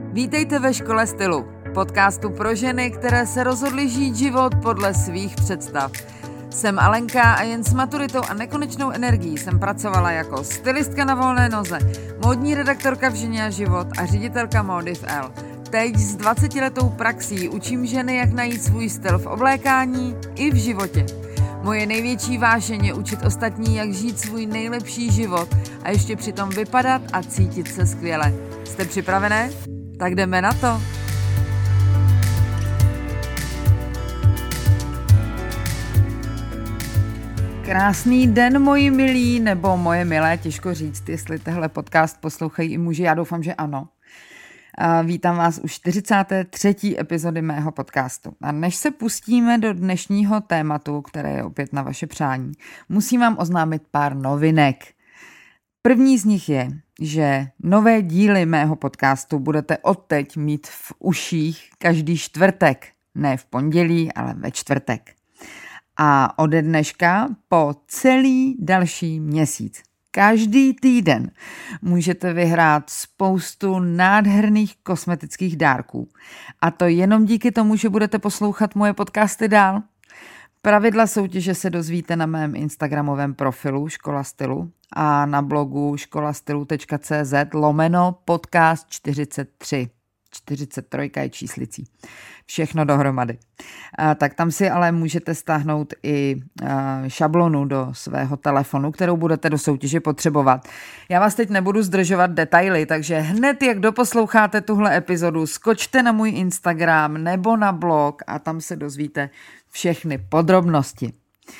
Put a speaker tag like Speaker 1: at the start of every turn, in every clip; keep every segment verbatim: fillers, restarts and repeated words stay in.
Speaker 1: Vítejte ve Škole stylu, podcastu pro ženy, které se rozhodly žít život podle svých představ. Jsem Alenka a jen s maturitou a nekonečnou energií jsem pracovala jako stylistka na volné noze, módní redaktorka v Ženě a život a ředitelka módy v Elle. Teď s dvacetiletou praxí učím ženy, jak najít svůj styl v oblékání i v životě. Moje největší vášeň je učit ostatní, jak žít svůj nejlepší život a ještě přitom vypadat a cítit se skvěle. Jste připravené? Tak jdeme na to! Krásný den, moji milí, nebo moje milé, těžko říct, jestli tehle podcast poslouchají i muži, já doufám, že ano. A vítám vás u čtyřicáté třetí epizody mého podcastu. A než se pustíme do dnešního tématu, které je opět na vaše přání, musím vám oznámit pár novinek. První z nich je, že nové díly mého podcastu budete odteď mít v uších každý čtvrtek. Ne v pondělí, ale ve čtvrtek. A ode dneška po celý další měsíc, každý týden, můžete vyhrát spoustu nádherných kosmetických dárků. A to jenom díky tomu, že budete poslouchat moje podcasty dál. Pravidla soutěže se dozvíte na mém instagramovém profilu Škola stylu a na blogu školastylu tečka cé zet lomeno podcast čtyřicet tři. čtyřicet tři je číslicí. Všechno dohromady. A, tak tam si ale můžete stáhnout i a, šablonu do svého telefonu, kterou budete do soutěže potřebovat. Já vás teď nebudu zdržovat detaily, takže hned jak doposloucháte tuhle epizodu, skočte na můj Instagram nebo na blog a tam se dozvíte všechny podrobnosti.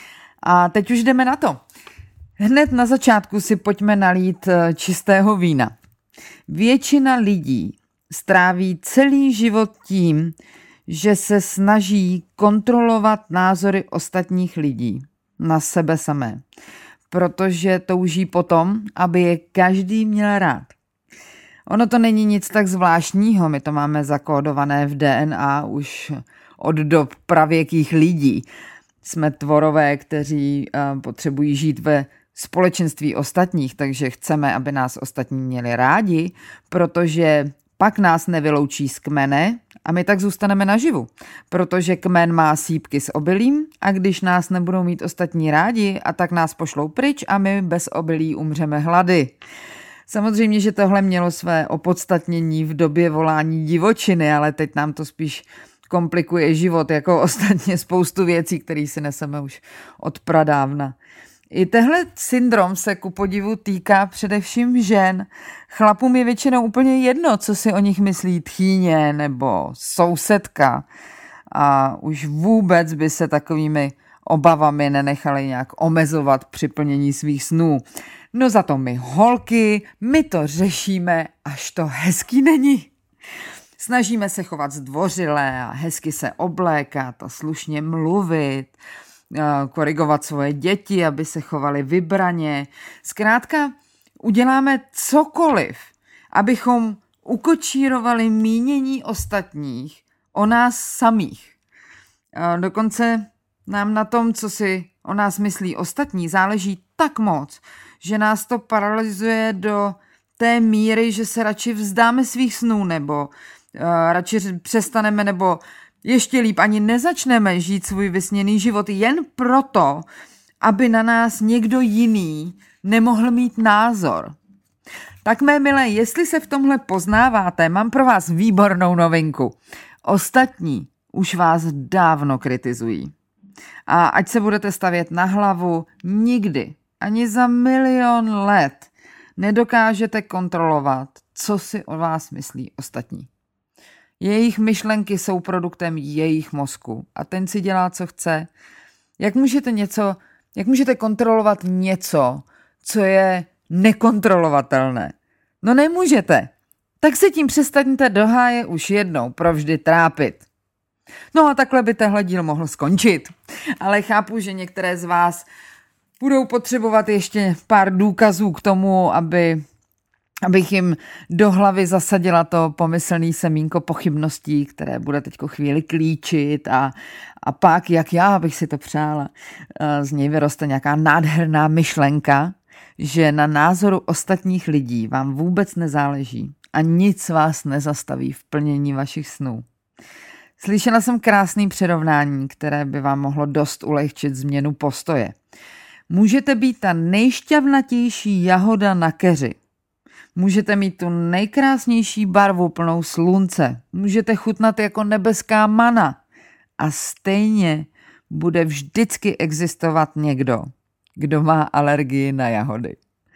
Speaker 1: A teď už jdeme na to. Hned na začátku si pojďme nalít čistého vína. Většina lidí stráví celý život tím, že se snaží kontrolovat názory ostatních lidí na sebe samé, protože touží potom, aby je každý měl rád. Ono to není nic tak zvláštního, my to máme zakódované v D N A už od dob pravěkých lidí. Jsme tvorové, kteří uh, potřebují žít ve společenství ostatních, takže chceme, aby nás ostatní měli rádi, protože pak nás nevyloučí z kmene a my tak zůstaneme naživu, protože kmen má sýpky s obilím a když nás nebudou mít ostatní rádi, a tak nás pošlou pryč a my bez obilí umřeme hlady. Samozřejmě, že tohle mělo své opodstatnění v době volání divočiny, ale teď nám to spíš komplikuje život, jako ostatně spoustu věcí, které si neseme už od pradávna. I tehle syndrom se ku podivu týká především žen. Chlapům je většinou úplně jedno, co si o nich myslí tchýně nebo sousedka. A už vůbec by se takovými obavami nenechali nějak omezovat při plnění svých snů. No za to my holky, my to řešíme, až to hezký není. Snažíme se chovat zdvořile a hezky se oblékat a slušně mluvit, korigovat svoje děti, aby se chovali vybraně. Zkrátka uděláme cokoliv, abychom ukočírovali mínění ostatních o nás samých. Dokonce nám na tom, co si o nás myslí ostatní, záleží tak moc, že nás to paralyzuje do té míry, že se radši vzdáme svých snů nebo uh, radši přestaneme nebo ještě líp ani nezačneme žít svůj vysněný život jen proto, aby na nás někdo jiný nemohl mít názor. Tak mé milé, jestli se v tomhle poznáváte, mám pro vás výbornou novinku. Ostatní už vás dávno kritizují. A ať se budete stavět na hlavu, nikdy, ani za milion let nedokážete kontrolovat, co si o vás myslí ostatní. Jejich myšlenky jsou produktem jejich mozku a ten si dělá, co chce. Jak můžete něco, jak můžete kontrolovat něco, co je nekontrolovatelné? No nemůžete. Tak se tím přestaňte do háje už jednou provždy trápit. No a takhle by tehle díl mohl skončit. Ale chápu, že některé z vás budou potřebovat ještě pár důkazů k tomu, aby... abych jim do hlavy zasadila to pomyslný semínko pochybností, které bude teďko chvíli klíčit a, a pak, jak já bych si to přála, z něj vyroste nějaká nádherná myšlenka, že na názoru ostatních lidí vám vůbec nezáleží a nic vás nezastaví v plnění vašich snů. Slyšela jsem krásný přirovnání, které by vám mohlo dost ulehčit změnu postoje. Můžete být ta nejšťavnatější jahoda na keři. Můžete mít tu nejkrásnější barvu plnou slunce. Můžete chutnat jako nebeská mana. A stejně bude vždycky existovat někdo, kdo má alergii na jahody.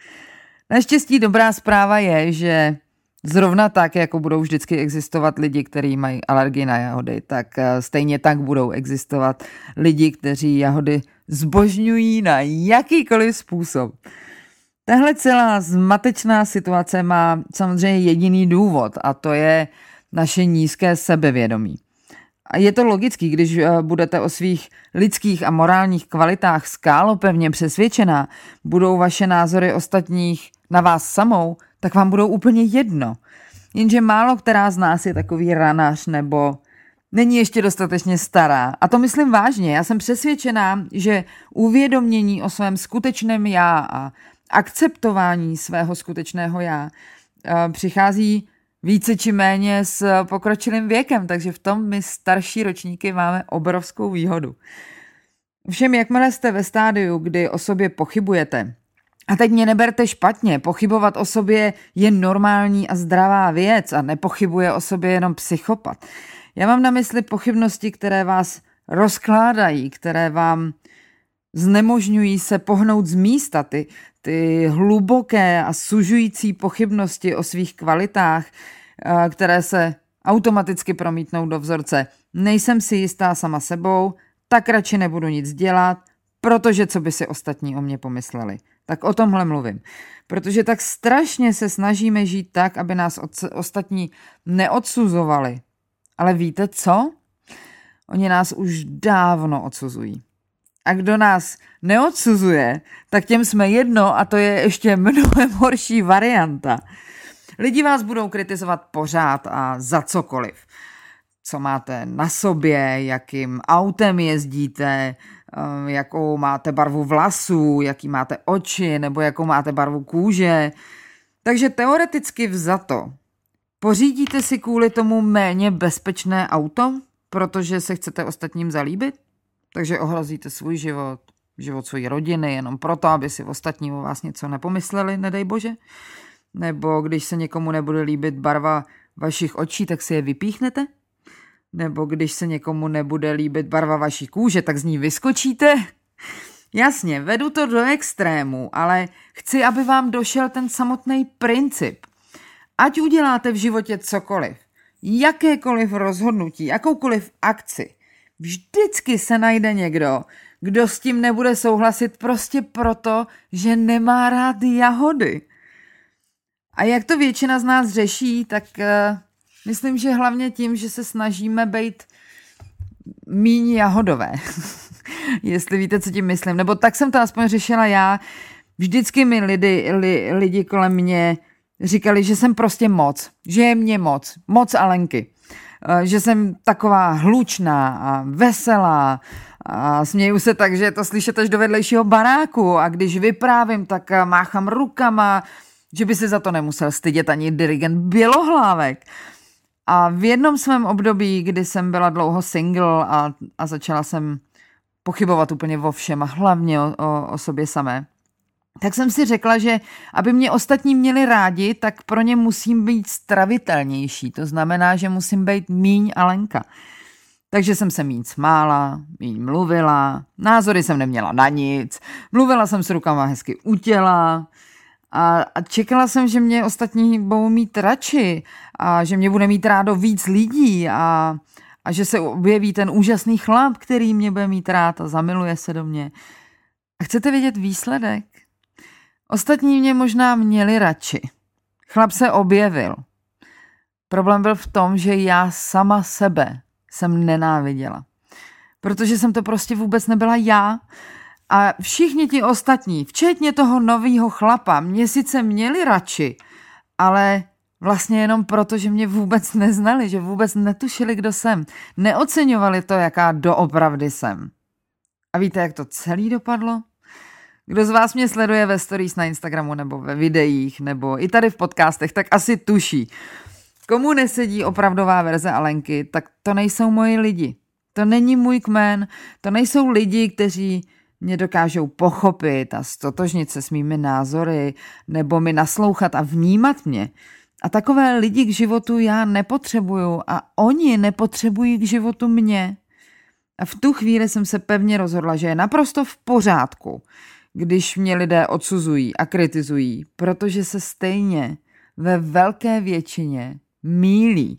Speaker 1: Naštěstí dobrá zpráva je, že zrovna tak, jako budou vždycky existovat lidi, kteří mají alergii na jahody, tak stejně tak budou existovat lidi, kteří jahody zbožňují na jakýkoliv způsob. Tahle celá zmatečná situace má samozřejmě jediný důvod a to je naše nízké sebevědomí. A je to logický, když budete o svých lidských a morálních kvalitách skálopevně přesvědčená, budou vaše názory ostatních na vás samou, tak vám budou úplně jedno. Jenže málo která z nás je takový ranař nebo není ještě dostatečně stará. A to myslím vážně. Já jsem přesvědčená, že uvědomění o svém skutečném já a akceptování svého skutečného já přichází více či méně s pokročilým věkem, takže v tom my starší ročníky máme obrovskou výhodu. Všem, jakmile jste ve stádiu, kdy o sobě pochybujete, a teď mě neberte špatně, pochybovat o sobě je normální a zdravá věc a nepochybuje o sobě jenom psychopat. Já mám na mysli pochybnosti, které vás rozkládají, které vám znemožňují se pohnout z místa, ty, ty hluboké a sužující pochybnosti o svých kvalitách, které se automaticky promítnou do vzorce. Nejsem si jistá sama sebou, tak radši nebudu nic dělat, protože co by si ostatní o mě pomysleli. Tak o tomhle mluvím. Protože tak strašně se snažíme žít tak, aby nás ostatní neodsuzovali. Ale víte co? Oni nás už dávno odsuzují. A kdo nás neodsuzuje, tak těm jsme jedno a to je ještě mnohem horší varianta. Lidi vás budou kritizovat pořád a za cokoliv. Co máte na sobě, jakým autem jezdíte, jakou máte barvu vlasů, jaký máte oči nebo jakou máte barvu kůže. Takže teoreticky vzato, pořídíte si kvůli tomu méně bezpečné auto, protože se chcete ostatním zalíbit? Takže ohrozíte svůj život, život své rodiny jenom proto, aby si ostatní o vás něco nepomysleli, nedej bože? Nebo když se někomu nebude líbit barva vašich očí, tak si je vypíchnete? Nebo když se někomu nebude líbit barva vaší kůže, tak z ní vyskočíte? Jasně, vedu to do extrému, ale chci, aby vám došel ten samotný princip. Ať uděláte v životě cokoliv, jakékoliv rozhodnutí, jakoukoliv akci, vždycky se najde někdo, kdo s tím nebude souhlasit prostě proto, že nemá rád jahody. A jak to většina z nás řeší, tak uh, myslím, že hlavně tím, že se snažíme být míň jahodové. Jestli víte, co tím myslím. Nebo tak jsem to aspoň řešila já. Vždycky mi lidi, li, lidi kolem mě říkali, že jsem prostě moc. Že je mě moc. Moc Alenky. Že jsem taková hlučná a veselá a směju se tak, že to slyšet až do vedlejšího baráku a když vyprávím, tak máchám rukama, že by se za to nemusel stydět ani dirigent Bělohlávek. A v jednom svém období, kdy jsem byla dlouho single a, a začala jsem pochybovat úplně o všem a hlavně o, o, o sobě samé, tak jsem si řekla, že aby mě ostatní měli rádi, tak pro ně musím být stravitelnější. To znamená, že musím být míň Alenka. Takže jsem se míň smála, míň mluvila, názory jsem neměla na nic, mluvila jsem s rukama hezky u těla a, a čekala jsem, že mě ostatní budou mít radši a že mě bude mít rádo víc lidí a, a že se objeví ten úžasný chlap, který mě bude mít rád a zamiluje se do mě. A chcete vědět výsledek? Ostatní mě možná měli radši. Chlap se objevil. Problém byl v tom, že já sama sebe jsem nenáviděla. Protože jsem to prostě vůbec nebyla já. A všichni ti ostatní, včetně toho novýho chlapa, mě sice měli radši, ale vlastně jenom proto, že mě vůbec neznali, že vůbec netušili, kdo jsem. Neoceňovali to, jaká doopravdy jsem. A víte, jak to celý dopadlo? Kdo z vás mě sleduje ve stories na Instagramu nebo ve videích nebo i tady v podcastech, tak asi tuší. Komu nesedí opravdová verze Alenky, tak to nejsou moji lidi. To není můj kmen, to nejsou lidi, kteří mě dokážou pochopit a stotožnit se s mými názory nebo mi naslouchat a vnímat mě. A takové lidi k životu já nepotřebuju a oni nepotřebují k životu mě. A v tu chvíli jsem se pevně rozhodla, že je naprosto v pořádku, když mě lidé odsuzují a kritizují, protože se stejně ve velké většině mýlí.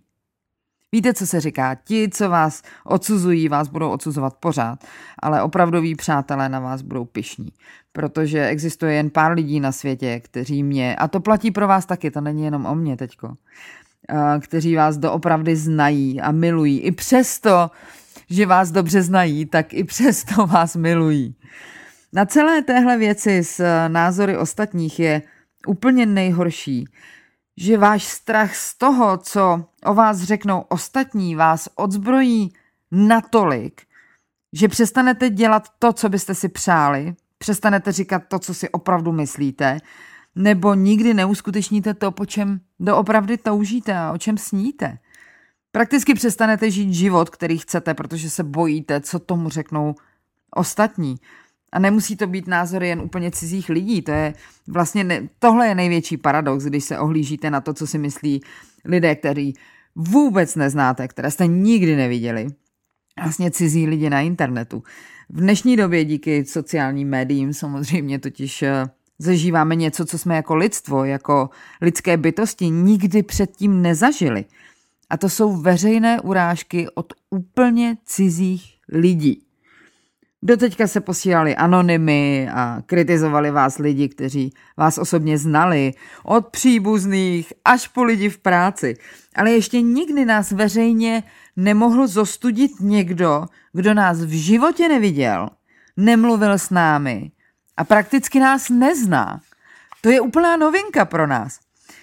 Speaker 1: Víte, co se říká? Ti, co vás odsuzují, vás budou odsuzovat pořád, ale opravdoví přátelé na vás budou pyšní, protože existuje jen pár lidí na světě, kteří mě, a to platí pro vás taky, to není jenom o mně teďko, kteří vás doopravdy znají a milují. I přesto, že vás dobře znají, tak i přesto vás milují. Na celé téhle věci s názory ostatních je úplně nejhorší, že váš strach z toho, co o vás řeknou ostatní, vás odzbrojí natolik, že přestanete dělat to, co byste si přáli, přestanete říkat to, co si opravdu myslíte, nebo nikdy neuskutečníte to, po čem doopravdy toužíte a o čem sníte. Prakticky přestanete žít život, který chcete, protože se bojíte, co tomu řeknou ostatní. A nemusí to být názory jen úplně cizích lidí. To je vlastně ne, tohle je největší paradox, když se ohlížíte na to, co si myslí lidé, kteří vůbec neznáte, které jste nikdy neviděli. Vlastně cizí lidi na internetu. V dnešní době díky sociálním médiím samozřejmě totiž zažíváme něco, co jsme jako lidstvo, jako lidské bytosti nikdy předtím nezažili. A to jsou veřejné urážky od úplně cizích lidí. Doteďka se posílali anonymy a kritizovali vás lidi, kteří vás osobně znali, od příbuzných až po lidi v práci. Ale ještě nikdy nás veřejně nemohl zostudit někdo, kdo nás v životě neviděl, nemluvil s námi a prakticky nás nezná. To je úplná novinka pro nás.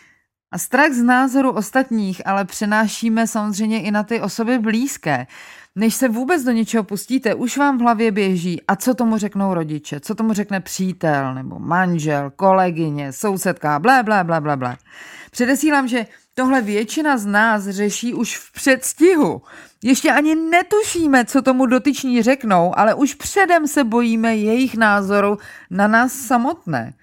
Speaker 1: A strach z názoru ostatních ale přenášíme samozřejmě i na ty osoby blízké. Než se vůbec do něčeho pustíte, už vám v hlavě běží, a co tomu řeknou rodiče, co tomu řekne přítel, nebo manžel, kolegyně, sousedka, blé, blé, blé, blé, blé. Předesílám, že tohle většina z nás řeší už v předstihu. Ještě ani netušíme, co tomu dotyční řeknou, ale už předem se bojíme jejich názoru na nás samotné.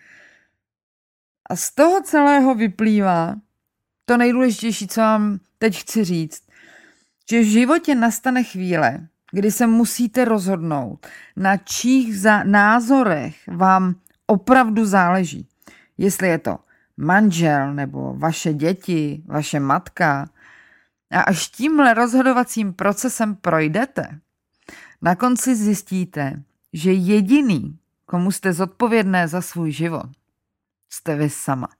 Speaker 1: A z toho celého vyplývá to nejdůležitější, co vám teď chci říct, že v životě nastane chvíle, kdy se musíte rozhodnout, na čích za názorech vám opravdu záleží. Jestli je to manžel nebo vaše děti, vaše matka. A až tímhle rozhodovacím procesem projdete, na konci zjistíte, že jediný, komu jste zodpovědné za svůj život, jste vy sama.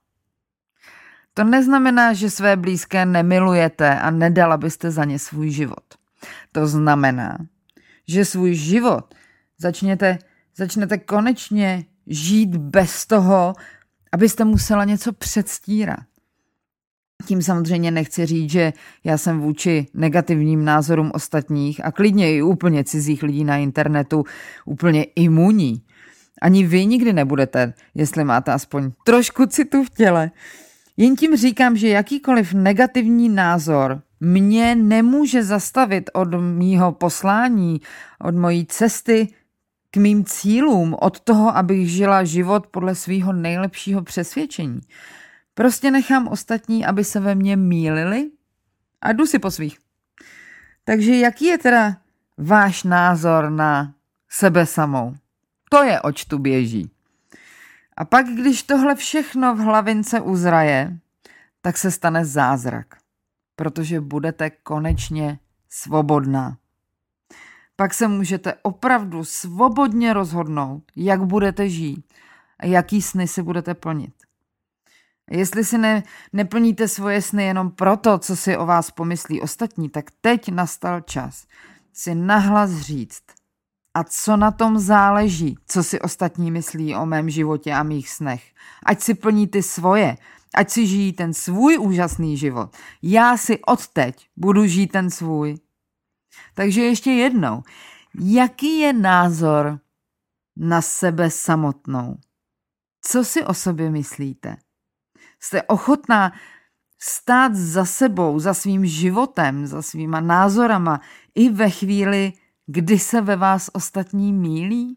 Speaker 1: To neznamená, že své blízké nemilujete a nedala byste za ně svůj život. To znamená, že svůj život začněte, začnete konečně žít bez toho, abyste musela něco předstírat. Tím samozřejmě nechci říct, že já jsem vůči negativním názorům ostatních a klidně i úplně cizích lidí na internetu úplně imunní. Ani vy nikdy nebudete, jestli máte aspoň trošku citu v těle. Jen tím říkám, že jakýkoliv negativní názor mě nemůže zastavit od mýho poslání, od mojí cesty k mým cílům, od toho, abych žila život podle svého nejlepšího přesvědčení. Prostě nechám ostatní, aby se ve mně mýlili a jdu si po svých. Takže jaký je teda váš názor na sebe samou? To je, oč tu běží. A pak, když tohle všechno v hlavince uzraje, tak se stane zázrak, protože budete konečně svobodná. Pak se můžete opravdu svobodně rozhodnout, jak budete žít a jaký sny si budete plnit. A jestli si ne, neplníte svoje sny jenom proto, co si o vás pomyslí ostatní, tak teď nastal čas si nahlas říct, a co na tom záleží, co si ostatní myslí o mém životě a mých snech. Ať si plní ty svoje, ať si žijí ten svůj úžasný život. Já si odteď budu žít ten svůj. Takže ještě jednou, jaký je názor na sebe samotnou. Co si o sobě myslíte? Jste ochotná stát za sebou, za svým životem, za svýma názorama i ve chvíli, kdy se ve vás ostatní mýlí?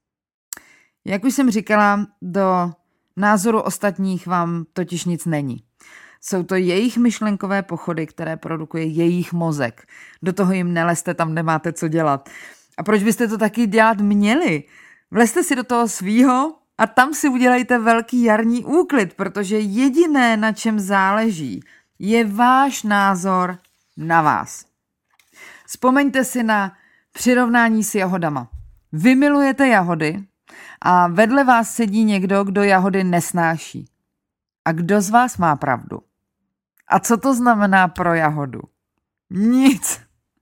Speaker 1: Jak už jsem říkala, do názoru ostatních vám totiž nic není. Jsou to jejich myšlenkové pochody, které produkuje jejich mozek. Do toho jim nelezte, tam nemáte co dělat. A proč byste to taky dělat měli? Vlezte si do toho svýho a tam si udělejte velký jarní úklid, protože jediné, na čem záleží, je váš názor na vás. Vzpomeňte si na přirovnání s jahodama. Vy milujete jahody a vedle vás sedí někdo, kdo jahody nesnáší. A kdo z vás má pravdu? A co to znamená pro jahodu? Nic.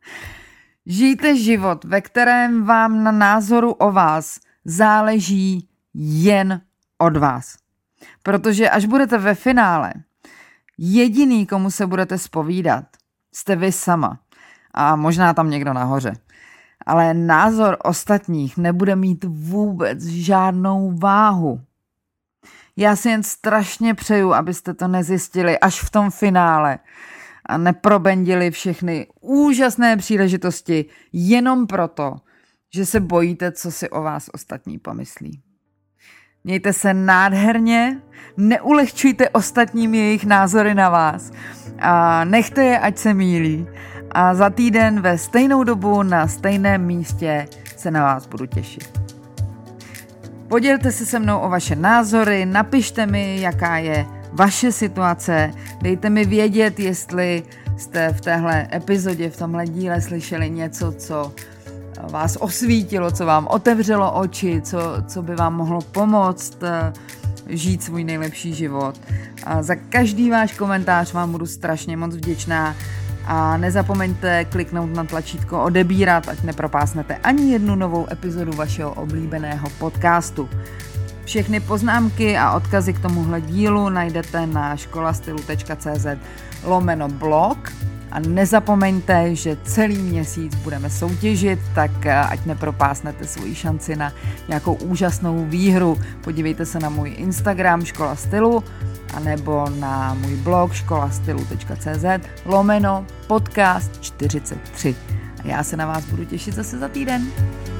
Speaker 1: Žijte život, ve kterém vám na názoru o vás záleží jen od vás. Protože až budete ve finále, jediný, komu se budete zpovídat, jste vy sama. A možná tam někdo nahoře. Ale názor ostatních nebude mít vůbec žádnou váhu. Já si jen strašně přeju, abyste to nezjistili až v tom finále a neprobendili všechny úžasné příležitosti jenom proto, že se bojíte, co si o vás ostatní pomyslí. Mějte se nádherně, neulehčujte ostatním jejich názory na vás a nechte je, ať se mýlí. A za týden ve stejnou dobu na stejném místě se na vás budu těšit. Podělte se se mnou o vaše názory, napište mi, jaká je vaše situace, dejte mi vědět, jestli jste v téhle epizodě, v tomhle díle slyšeli něco, co vás osvítilo, co vám otevřelo oči, co, co by vám mohlo pomoct žít svůj nejlepší život. A za každý váš komentář vám budu strašně moc vděčná a nezapomeňte kliknout na tlačítko odebírat, ať nepropásnete ani jednu novou epizodu vašeho oblíbeného podcastu. Všechny poznámky a odkazy k tomuhle dílu najdete na školastylu.cz lomeno blog a nezapomeňte, že celý měsíc budeme soutěžit, tak ať nepropásnete svoji šanci na nějakou úžasnou výhru. Podívejte se na můj Instagram Škola stylu anebo na můj blog školastylu.cz lomeno podcast čtyřicet tři. A já se na vás budu těšit zase za týden.